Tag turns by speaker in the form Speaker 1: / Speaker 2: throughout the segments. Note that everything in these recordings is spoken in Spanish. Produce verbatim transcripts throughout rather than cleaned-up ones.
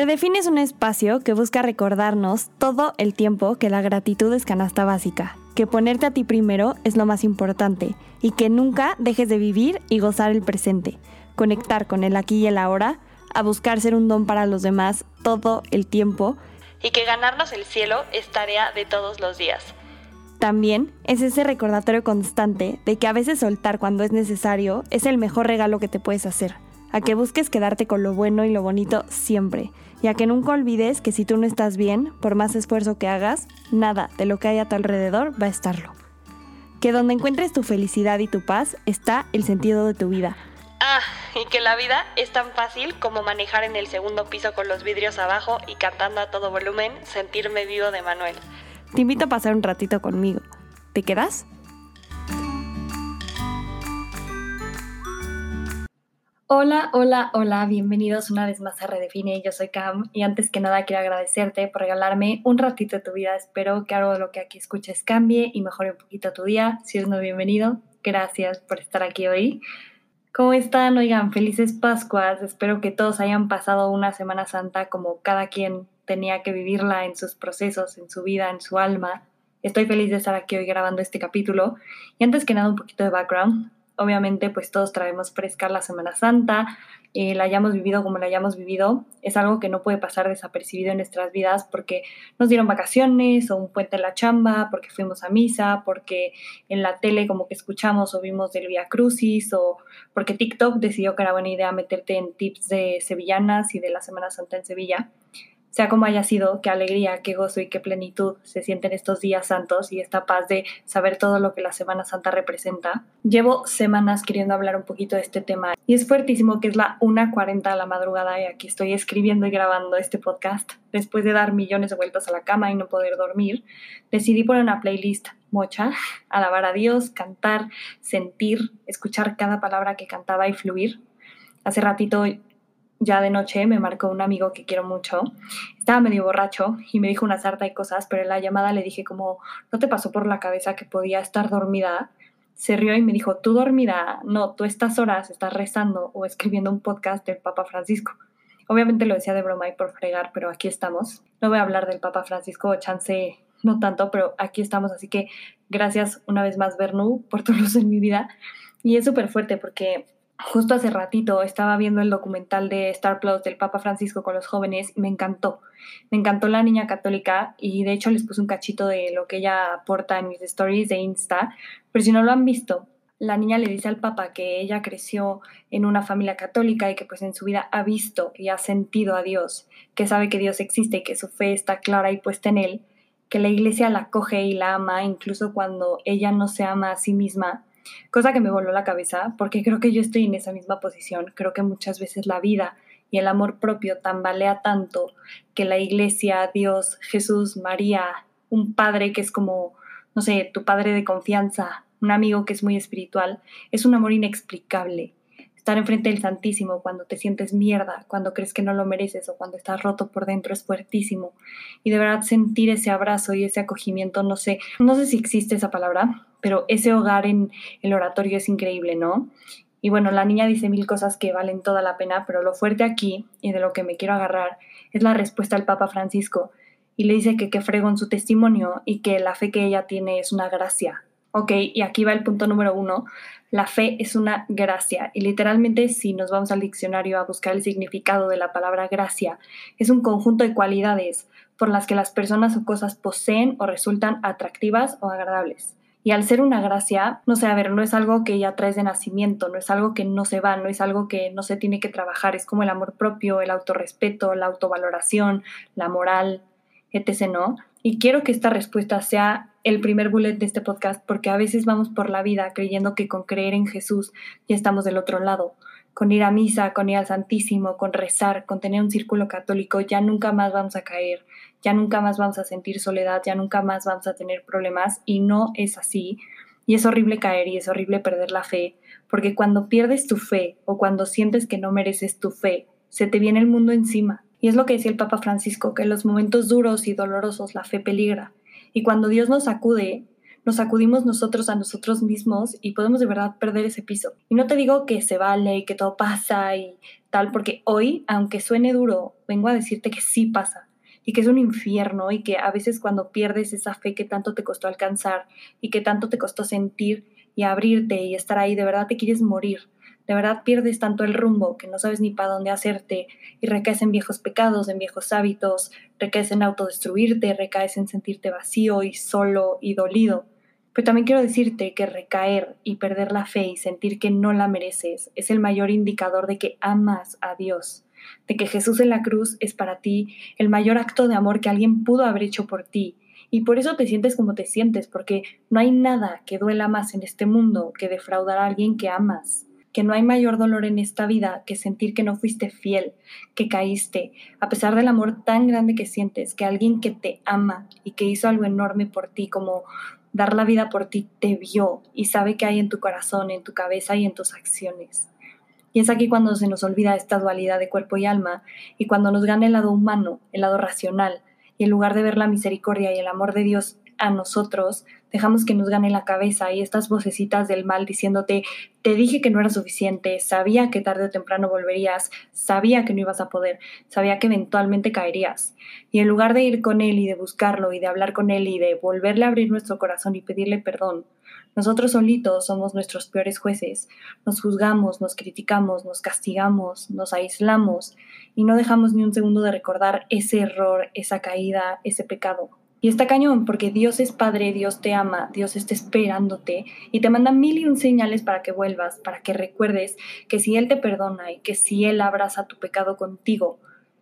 Speaker 1: Redefine es un espacio que busca recordarnos todo el tiempo que la gratitud es canasta básica, que ponerte a ti primero es lo más importante y que nunca dejes de vivir y gozar el presente, conectar con el aquí y el ahora, a buscar ser un don para los demás todo el tiempo y que ganarnos el cielo es tarea de todos los días. También es ese recordatorio constante de que a veces soltar cuando es necesario es el mejor regalo que te puedes hacer, a que busques quedarte con lo bueno y lo bonito siempre, y a que nunca olvides que si tú no estás bien, por más esfuerzo que hagas, nada de lo que hay a tu alrededor va a estarlo. Que donde encuentres tu felicidad y tu paz está el sentido de tu vida. Ah, y que la vida es tan fácil como manejar en el segundo piso con los vidrios abajo y cantando a todo volumen Sentirme Vivo de Manuel. Te invito a pasar un ratito conmigo. ¿Te quedas? Hola, hola, hola, bienvenidos una vez más a Redefine, yo soy Cam y antes que nada quiero agradecerte por regalarme un ratito de tu vida. Espero que algo de lo que aquí escuches cambie y mejore un poquito tu día. Si eres nuevo, bienvenido, gracias por estar aquí hoy. ¿Cómo están? Oigan, felices Pascuas, espero que todos hayan pasado una Semana Santa como cada quien tenía que vivirla en sus procesos, en su vida, en su alma. Estoy feliz de estar aquí hoy grabando este capítulo y antes que nada un poquito de background. Obviamente, pues todos traemos fresca la Semana Santa, eh, la hayamos vivido como la hayamos vivido, es algo que no puede pasar desapercibido en nuestras vidas porque nos dieron vacaciones o un puente en la chamba, porque fuimos a misa, porque en la tele como que escuchamos o vimos del Vía Crucis o porque TikTok decidió que era buena idea meterte en tips de sevillanas y de la Semana Santa en Sevilla. Sea como haya sido, qué alegría, qué gozo y qué plenitud se sienten estos días santos y esta paz de saber todo lo que la Semana Santa representa. Llevo semanas queriendo hablar un poquito de este tema y es fuertísimo que es la una cuarenta de la madrugada y aquí estoy escribiendo y grabando este podcast. Después de dar millones de vueltas a la cama y no poder dormir, decidí poner una playlist mocha, alabar a Dios, cantar, sentir, escuchar cada palabra que cantaba y fluir. Hace ratito, ya de noche, me marcó un amigo que quiero mucho. Estaba medio borracho y me dijo una sarta de cosas, pero en la llamada le dije como, ¿no te pasó por la cabeza que podía estar dormida? Se rió y me dijo, ¿tú dormida? No, tú estas horas estás rezando o escribiendo un podcast del Papa Francisco. Obviamente lo decía de broma y por fregar, pero aquí estamos. No voy a hablar del Papa Francisco, chance no tanto, pero aquí estamos. Así que gracias una vez más, Bernu, por tu luz en mi vida. Y es súper fuerte porque justo hace ratito estaba viendo el documental de Star Plus del Papa Francisco con los jóvenes y me encantó. Me encantó la niña católica y de hecho les puse un cachito de lo que ella aporta en mis stories de Insta. Pero si no lo han visto, la niña le dice al Papa que ella creció en una familia católica y que pues en su vida ha visto y ha sentido a Dios, que sabe que Dios existe y que su fe está clara y puesta en él, que la iglesia la acoge y la ama incluso cuando ella no se ama a sí misma. Cosa que me voló la cabeza porque creo que yo estoy en esa misma posición. Creo que muchas veces la vida y el amor propio tambalea tanto que la iglesia, Dios, Jesús, María, un padre que es como, no sé, tu padre de confianza, un amigo que es muy espiritual, es un amor inexplicable. Estar enfrente del Santísimo cuando te sientes mierda, cuando crees que no lo mereces o cuando estás roto por dentro es fuertísimo. Y de verdad sentir ese abrazo y ese acogimiento, no sé, no sé si existe esa palabra, pero ese hogar en el oratorio es increíble, ¿no? Y bueno, la niña dice mil cosas que valen toda la pena, pero lo fuerte aquí, y de lo que me quiero agarrar, es la respuesta al Papa Francisco. Y le dice que qué fregón su testimonio y que la fe que ella tiene es una gracia. Ok, y aquí va el punto número uno. La fe es una gracia y literalmente si nos vamos al diccionario a buscar el significado de la palabra gracia, es un conjunto de cualidades por las que las personas o cosas poseen o resultan atractivas o agradables. Y al ser una gracia, no sé, a ver, no es algo que ya traes de nacimiento, no es algo que no se va, no es algo que no se tiene que trabajar, es como el amor propio, el autorrespeto, la autovaloración, la moral, etcétera, ¿no? Y quiero que esta respuesta sea el primer bullet de este podcast porque a veces vamos por la vida creyendo que con creer en Jesús ya estamos del otro lado. Con ir a misa, con ir al Santísimo, con rezar, con tener un círculo católico, ya nunca más vamos a caer, ya nunca más vamos a sentir soledad, ya nunca más vamos a tener problemas y no es así. Y es horrible caer y es horrible perder la fe porque cuando pierdes tu fe o cuando sientes que no mereces tu fe, se te viene el mundo encima. Y es lo que decía el Papa Francisco, que en los momentos duros y dolorosos la fe peligra. Y cuando Dios nos sacude, nos sacudimos nosotros a nosotros mismos y podemos de verdad perder ese piso. Y no te digo que se vale y que todo pasa y tal, porque hoy, aunque suene duro, vengo a decirte que sí pasa y que es un infierno y que a veces cuando pierdes esa fe que tanto te costó alcanzar y que tanto te costó sentir y abrirte y estar ahí, de verdad te quieres morir. De verdad pierdes tanto el rumbo que no sabes ni para dónde hacerte y recaes en viejos pecados, en viejos hábitos, recaes en autodestruirte, recaes en sentirte vacío y solo y dolido. Pero también quiero decirte que recaer y perder la fe y sentir que no la mereces es el mayor indicador de que amas a Dios, de que Jesús en la cruz es para ti el mayor acto de amor que alguien pudo haber hecho por ti. Y por eso te sientes como te sientes, porque no hay nada que duela más en este mundo que defraudar a alguien que amas. Que no hay mayor dolor en esta vida que sentir que no fuiste fiel, que caíste, a pesar del amor tan grande que sientes, que alguien que te ama y que hizo algo enorme por ti, como dar la vida por ti, te vio y sabe qué hay en tu corazón, en tu cabeza y en tus acciones. Y es aquí cuando se nos olvida esta dualidad de cuerpo y alma y cuando nos gana el lado humano, el lado racional, y en lugar de ver la misericordia y el amor de Dios a nosotros, dejamos que nos gane la cabeza y estas vocecitas del mal diciéndote, te dije que no era suficiente, sabía que tarde o temprano volverías, sabía que no ibas a poder, sabía que eventualmente caerías. Y en lugar de ir con Él y de buscarlo y de hablar con Él y de volverle a abrir nuestro corazón y pedirle perdón, nosotros solitos somos nuestros peores jueces. Nos juzgamos, nos criticamos, nos castigamos, nos aislamos y no dejamos ni un segundo de recordar ese error, esa caída, ese pecado. Y está cañón porque Dios es Padre, Dios te ama, Dios está esperándote y te manda mil y un señales para que vuelvas, para que recuerdes que si Él te perdona y que si Él abraza tu pecado contigo,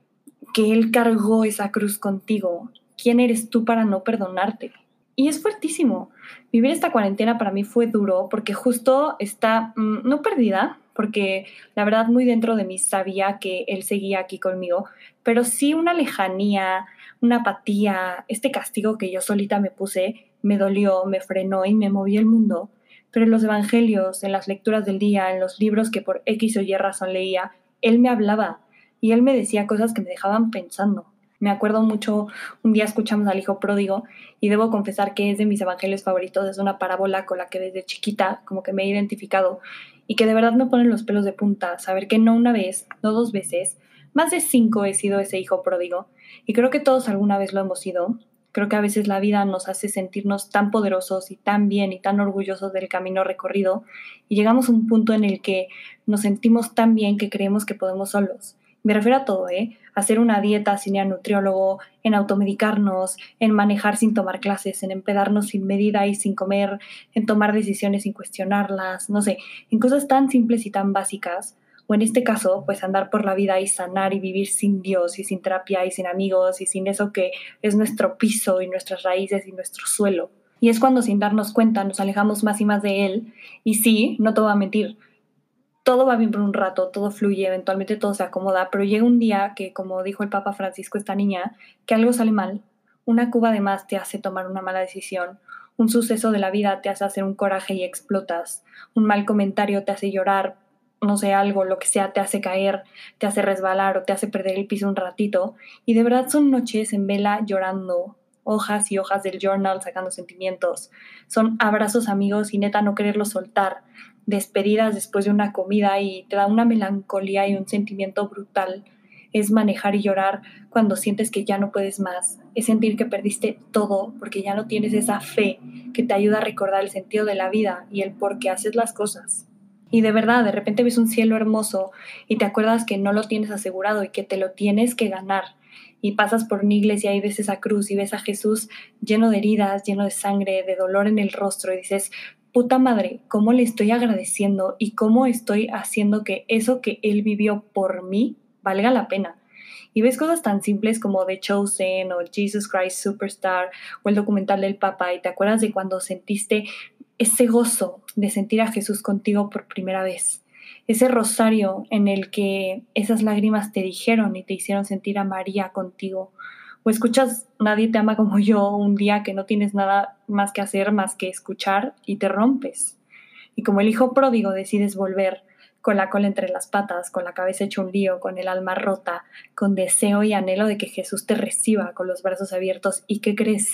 Speaker 1: que Él cargó esa cruz contigo, ¿quién eres tú para no perdonarte? Y es fuertísimo. Vivir esta cuarentena para mí fue duro porque justo está, mmm, no perdida, porque la verdad muy dentro de mí sabía que él seguía aquí conmigo, pero sí una lejanía, una apatía, este castigo que yo solita me puse, me dolió, me frenó y me movió el mundo. Pero en los evangelios, en las lecturas del día, en los libros que por X o Y razón leía, él me hablaba y él me decía cosas que me dejaban pensando. Me acuerdo mucho, un día escuchamos al hijo pródigo y debo confesar que es de mis evangelios favoritos, es una parábola con la que desde chiquita como que me he identificado y que de verdad me ponen los pelos de punta, saber que no una vez, no dos veces, más de cinco he sido ese hijo pródigo y creo que todos alguna vez lo hemos sido. Creo que a veces la vida nos hace sentirnos tan poderosos y tan bien y tan orgullosos del camino recorrido y llegamos a un punto en el que nos sentimos tan bien que creemos que podemos solos. Me refiero a todo, ¿eh? Hacer una dieta sin ir a nutriólogo, en automedicarnos, en manejar sin tomar clases, en empedarnos sin medida y sin comer, en tomar decisiones sin cuestionarlas, no sé, en cosas tan simples y tan básicas, o en este caso, pues andar por la vida y sanar y vivir sin Dios y sin terapia y sin amigos y sin eso que es nuestro piso y nuestras raíces y nuestro suelo. Y es cuando sin darnos cuenta nos alejamos más y más de Él. Y sí, no te voy a mentir, todo va bien por un rato, todo fluye, eventualmente todo se acomoda, pero llega un día que, como dijo el Papa Francisco, esta niña, que algo sale mal, una cuba de más te hace tomar una mala decisión, un suceso de la vida te hace hacer un coraje y explotas, un mal comentario te hace llorar, no sé, algo, lo que sea, te hace caer, te hace resbalar o te hace perder el piso un ratito, y de verdad son noches en vela llorando, hojas y hojas del journal sacando sentimientos, son abrazos amigos y neta no quererlos soltar, despedidas después de una comida y te da una melancolía y un sentimiento brutal. Es manejar y llorar cuando sientes que ya no puedes más. Es sentir que perdiste todo porque ya no tienes esa fe que te ayuda a recordar el sentido de la vida y el por qué haces las cosas. Y de verdad, de repente ves un cielo hermoso y te acuerdas que no lo tienes asegurado y que te lo tienes que ganar. Y pasas por una iglesia y ves esa cruz y ves a Jesús lleno de heridas, lleno de sangre, de dolor en el rostro y dices, puta madre, cómo le estoy agradeciendo y cómo estoy haciendo que eso que él vivió por mí valga la pena. Y ves cosas tan simples como The Chosen o Jesus Christ Superstar o el documental del Papa y te acuerdas de cuando sentiste ese gozo de sentir a Jesús contigo por primera vez. Ese rosario en el que esas lágrimas te dijeron y te hicieron sentir a María contigo. O escuchas Nadie te ama como yo un día que no tienes nada más que hacer más que escuchar y te rompes. Y como el hijo pródigo decides volver con la cola entre las patas, con la cabeza hecha un lío, con el alma rota, con deseo y anhelo de que Jesús te reciba con los brazos abiertos. ¿Y qué crees?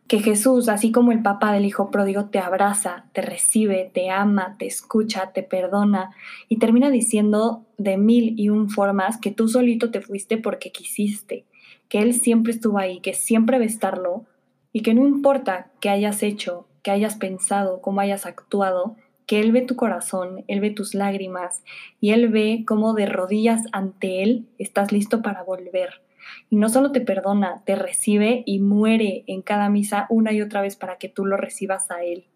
Speaker 1: que Jesús, así como el papá del hijo pródigo, te abraza, te recibe, te ama, te escucha, te perdona y termina diciendo de mil y un formas que tú solito te fuiste porque quisiste, que Él siempre estuvo ahí, que siempre va a estarlo y que no importa qué hayas hecho, qué hayas pensado, cómo hayas actuado, que Él ve tu corazón, Él ve tus lágrimas y Él ve cómo de rodillas ante Él estás listo para volver. Y no solo te perdona, te recibe y muere en cada misa una y otra vez para que tú lo recibas a Él.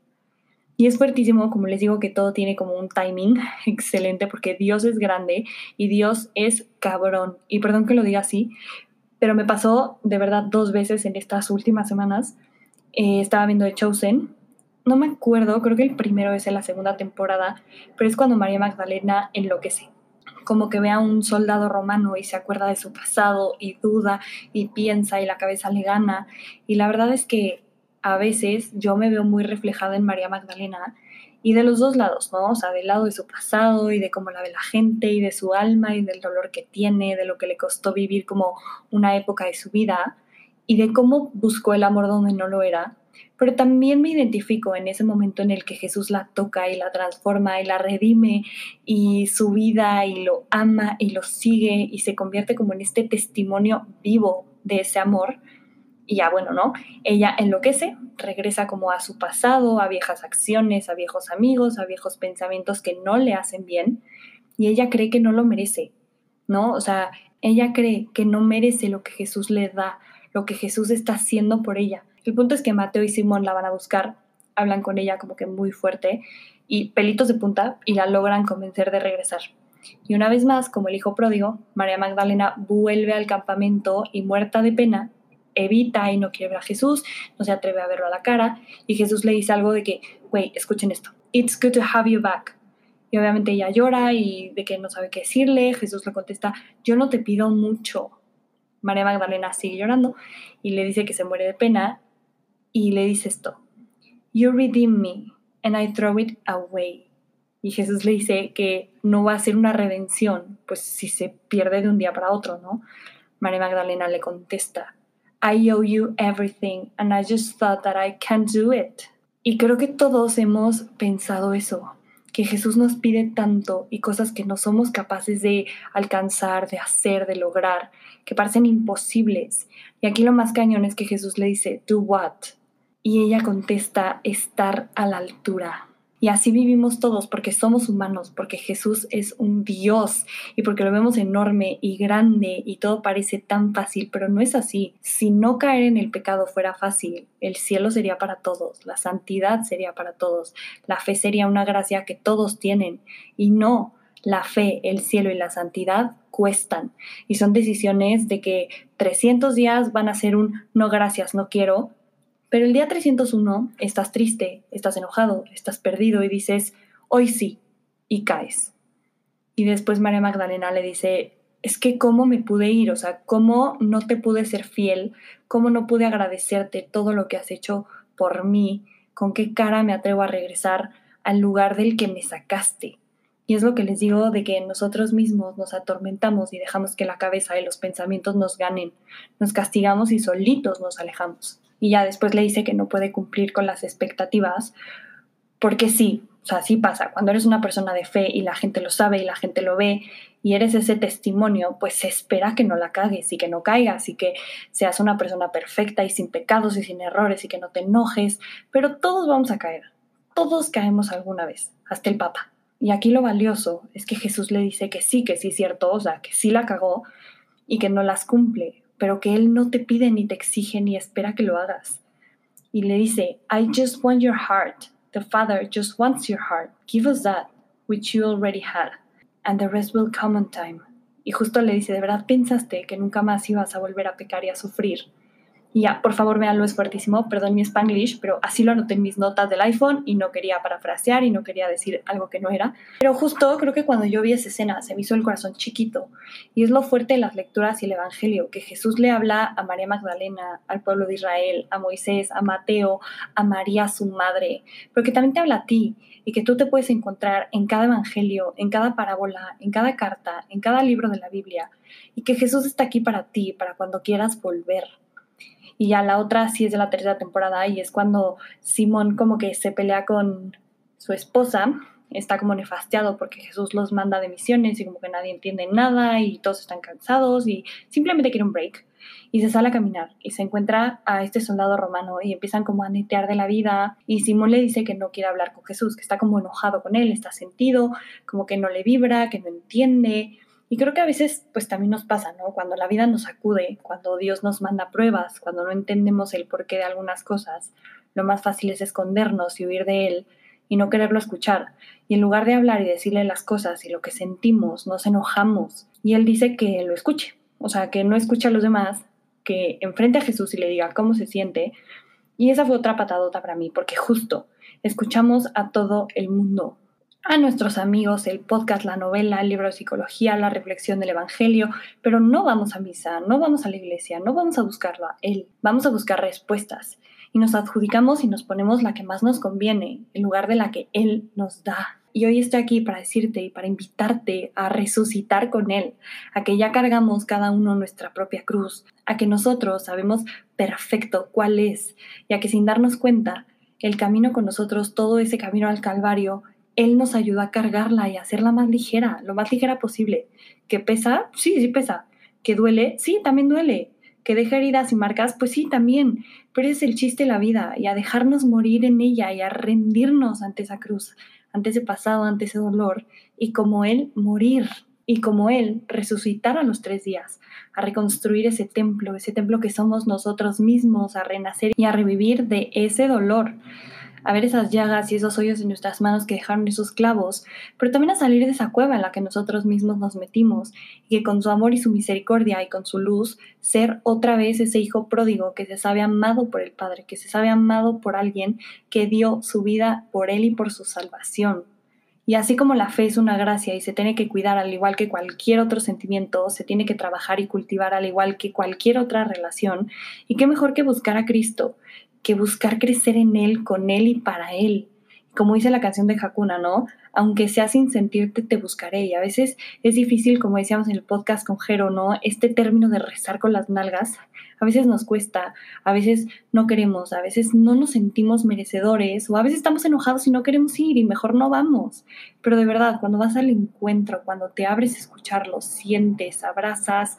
Speaker 1: Y es fuertísimo, como les digo, que todo tiene como un timing excelente porque Dios es grande y Dios es cabrón. Y perdón que lo diga así, pero me pasó de verdad dos veces en estas últimas semanas. Eh, estaba viendo The Chosen. No me acuerdo, creo que el primero es en la segunda temporada, pero es cuando María Magdalena enloquece. Como que ve a un soldado romano y se acuerda de su pasado y duda y piensa y la cabeza le gana. Y la verdad es que a veces yo me veo muy reflejada en María Magdalena y de los dos lados, ¿no? O sea, del lado de su pasado y de cómo la ve la gente y de su alma y del dolor que tiene, de lo que le costó vivir como una época de su vida y de cómo buscó el amor donde no lo era. Pero también me identifico en ese momento en el que Jesús la toca y la transforma y la redime y su vida y lo ama y lo sigue y se convierte como en este testimonio vivo de ese amor. Y ya bueno, ¿no? Ella enloquece, regresa como a su pasado, a viejas acciones, a viejos amigos, a viejos pensamientos que no le hacen bien y ella cree que no lo merece, ¿no? O sea, ella cree que no merece lo que Jesús le da, lo que Jesús está haciendo por ella. El punto es que Mateo y Simón la van a buscar, hablan con ella como que muy fuerte y pelitos de punta y la logran convencer de regresar. Y una vez más, como el hijo pródigo, María Magdalena vuelve al campamento y muerta de pena, evita y no quiere ver a Jesús, no se atreve a verlo a la cara y Jesús le dice algo de que, güey, escuchen esto, it's good to have you back. Y obviamente ella llora y de que no sabe qué decirle, Jesús le contesta, yo no te pido mucho. María Magdalena sigue llorando y le dice que se muere de pena y le dice esto, you redeem me and I throw it away. Y Jesús le dice que no va a ser una redención, pues si se pierde de un día para otro, ¿no? María Magdalena le contesta, I owe you everything and I just thought that I can't do it. Y creo que todos hemos pensado eso, que Jesús nos pide tanto y cosas que no somos capaces de alcanzar, de hacer, de lograr, que parecen imposibles. Y aquí lo más cañón es que Jesús le dice, do what? Y ella contesta, estar a la altura. Y así vivimos todos porque somos humanos, porque Jesús es un Dios y porque lo vemos enorme y grande y todo parece tan fácil, pero no es así. Si no caer en el pecado fuera fácil, el cielo sería para todos, la santidad sería para todos, la fe sería una gracia que todos tienen y no, la fe, el cielo y la santidad cuestan y son decisiones de que trescientos días van a ser un no gracias, no quiero. Pero el día trescientos uno estás triste, estás enojado, estás perdido y dices, hoy sí, y caes. Y después María Magdalena le dice, es que cómo me pude ir, o sea, cómo no te pude ser fiel, cómo no pude agradecerte todo lo que has hecho por mí, con qué cara me atrevo a regresar al lugar del que me sacaste. Y es lo que les digo de que nosotros mismos nos atormentamos y dejamos que la cabeza y los pensamientos nos ganen, nos castigamos y solitos nos alejamos. Y ya después le dice que no puede cumplir con las expectativas, porque sí, o sea, sí pasa. Cuando eres una persona de fe y la gente lo sabe y la gente lo ve y eres ese testimonio, pues se espera que no la cagues y que no caigas y que seas una persona perfecta y sin pecados y sin errores y que no te enojes, pero todos vamos a caer, todos caemos alguna vez, hasta el Papa. Y aquí lo valioso es que Jesús le dice que sí, que sí es cierto, o sea, que sí la cagó y que no las cumple, pero que Él no te pide ni te exige ni espera que lo hagas. Y le dice, I just want your heart. The Father just wants your heart. Give us that, which you already had, and the rest will come on time. Y justo le dice, ¿de verdad pensaste que nunca más ibas a volver a pecar y a sufrir? Y ya, por favor, véanlo, es fuertísimo, perdón mi Spanglish, pero así lo anoté en mis notas del iPhone y no quería parafrasear y no quería decir algo que no era. Pero justo creo que cuando yo vi esa escena se me hizo el corazón chiquito. Y es lo fuerte de las lecturas y el Evangelio, que Jesús le habla a María Magdalena, al pueblo de Israel, a Moisés, a Mateo, a María, su madre, pero que también te habla a ti y que tú te puedes encontrar en cada Evangelio, en cada parábola, en cada carta, en cada libro de la Biblia. Y que Jesús está aquí para ti, para cuando quieras volver. Y ya la otra sí es de la tercera temporada y es cuando Simón como que se pelea con su esposa, está como nefastiado porque Jesús los manda de misiones y como que nadie entiende nada y todos están cansados y simplemente quiere un break. Y se sale a caminar y se encuentra a este soldado romano y empiezan como a netear de la vida y Simón le dice que no quiere hablar con Jesús, que está como enojado con él, está sentido, como que no le vibra, que no entiende. Y creo que a veces pues también nos pasa, ¿no? Cuando la vida nos sacude, cuando Dios nos manda pruebas, cuando no entendemos el porqué de algunas cosas, lo más fácil es escondernos y huir de Él y no quererlo escuchar. Y en lugar de hablar y decirle las cosas y lo que sentimos, nos enojamos. Y Él dice que lo escuche, o sea, que no escuche a los demás, que enfrente a Jesús y le diga cómo se siente. Y esa fue otra patadota para mí, porque justo escuchamos a todo el mundo, a nuestros amigos, el podcast, la novela, el libro de psicología, la reflexión del evangelio, pero no vamos a misa, no vamos a la iglesia, no vamos a buscarlo a Él, vamos a buscar respuestas y nos adjudicamos y nos ponemos la que más nos conviene en lugar de la que Él nos da. Y hoy estoy aquí para decirte y para invitarte a resucitar con Él, a que ya cargamos cada uno nuestra propia cruz, a que nosotros sabemos perfecto cuál es y a que sin darnos cuenta, el camino con nosotros, todo ese camino al Calvario, Él nos ayudó a cargarla y a hacerla más ligera, lo más ligera posible. ¿Que pesa? Sí, sí pesa. ¿Que duele? Sí, también duele. ¿Que deja heridas y marcas? Pues sí, también. Pero ese es el chiste de la vida y a dejarnos morir en ella y a rendirnos ante esa cruz, ante ese pasado, ante ese dolor y como Él morir y como Él resucitar a los tres días, a reconstruir ese templo, ese templo que somos nosotros mismos, a renacer y a revivir de ese dolor, a ver esas llagas y esos hoyos en nuestras manos que dejaron esos clavos, pero también a salir de esa cueva en la que nosotros mismos nos metimos y que con su amor y su misericordia y con su luz, ser otra vez ese hijo pródigo que se sabe amado por el Padre, que se sabe amado por alguien que dio su vida por él y por su salvación. Y así como la fe es una gracia y se tiene que cuidar al igual que cualquier otro sentimiento, se tiene que trabajar y cultivar al igual que cualquier otra relación, y qué mejor que buscar a Cristo, que buscar crecer en Él, con Él y para Él. Como dice la canción de Hakuna, ¿no? Aunque sea sin sentirte, te buscaré. Y a veces es difícil, como decíamos en el podcast con Jero, ¿no? Este término de rezar con las nalgas, a veces nos cuesta, a veces no queremos, a veces no nos sentimos merecedores, o a veces estamos enojados y no queremos ir y mejor no vamos. Pero de verdad, cuando vas al encuentro, cuando te abres a escucharlo, sientes, abrazas,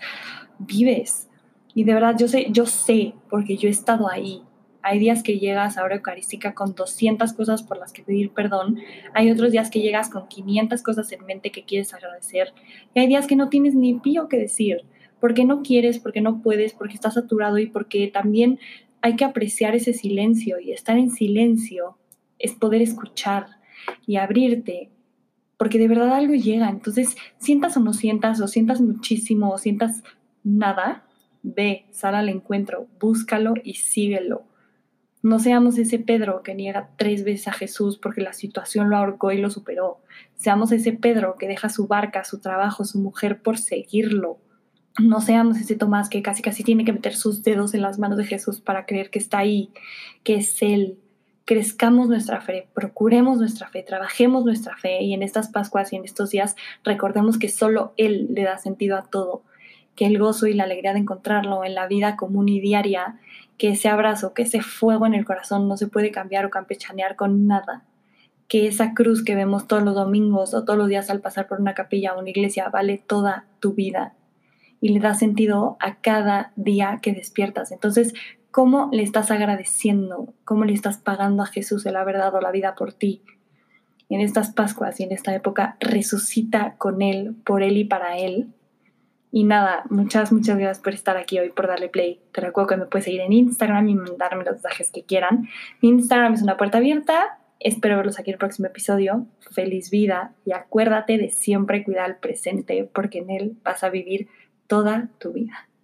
Speaker 1: vives. Y de verdad, yo sé, yo sé, porque yo he estado ahí. Hay días que llegas a hora eucarística con doscientas cosas por las que pedir perdón. Hay otros días que llegas con quinientas cosas en mente que quieres agradecer. Y hay días que no tienes ni pío que decir. Porque no quieres, porque no puedes, porque estás saturado y porque también hay que apreciar ese silencio. Y estar en silencio es poder escuchar y abrirte. Porque de verdad algo llega. Entonces, sientas o no sientas, o sientas muchísimo, o sientas nada, ve, sal al encuentro, búscalo y síguelo. No seamos ese Pedro que niega tres veces a Jesús porque la situación lo ahorcó y lo superó. Seamos ese Pedro que deja su barca, su trabajo, su mujer por seguirlo. No seamos ese Tomás que casi casi tiene que meter sus dedos en las manos de Jesús para creer que está ahí, que es Él. Crezcamos nuestra fe, procuremos nuestra fe, trabajemos nuestra fe y en estas Pascuas y en estos días recordemos que solo Él le da sentido a todo, que el gozo y la alegría de encontrarlo en la vida común y diaria, que ese abrazo, que ese fuego en el corazón no se puede cambiar o campechanear con nada, que esa cruz que vemos todos los domingos o todos los días al pasar por una capilla o una iglesia vale toda tu vida y le da sentido a cada día que despiertas. Entonces, ¿cómo le estás agradeciendo? ¿Cómo le estás pagando a Jesús de la verdad o la vida por ti? En estas Pascuas y en esta época, resucita con Él, por Él y para Él. Y nada, muchas, muchas gracias por estar aquí hoy, por darle play. Te recuerdo que me puedes seguir en Instagram y mandarme los mensajes que quieran. Mi Instagram es una puerta abierta. Espero verlos aquí en el próximo episodio. Feliz vida y acuérdate de siempre cuidar el presente porque en él vas a vivir toda tu vida.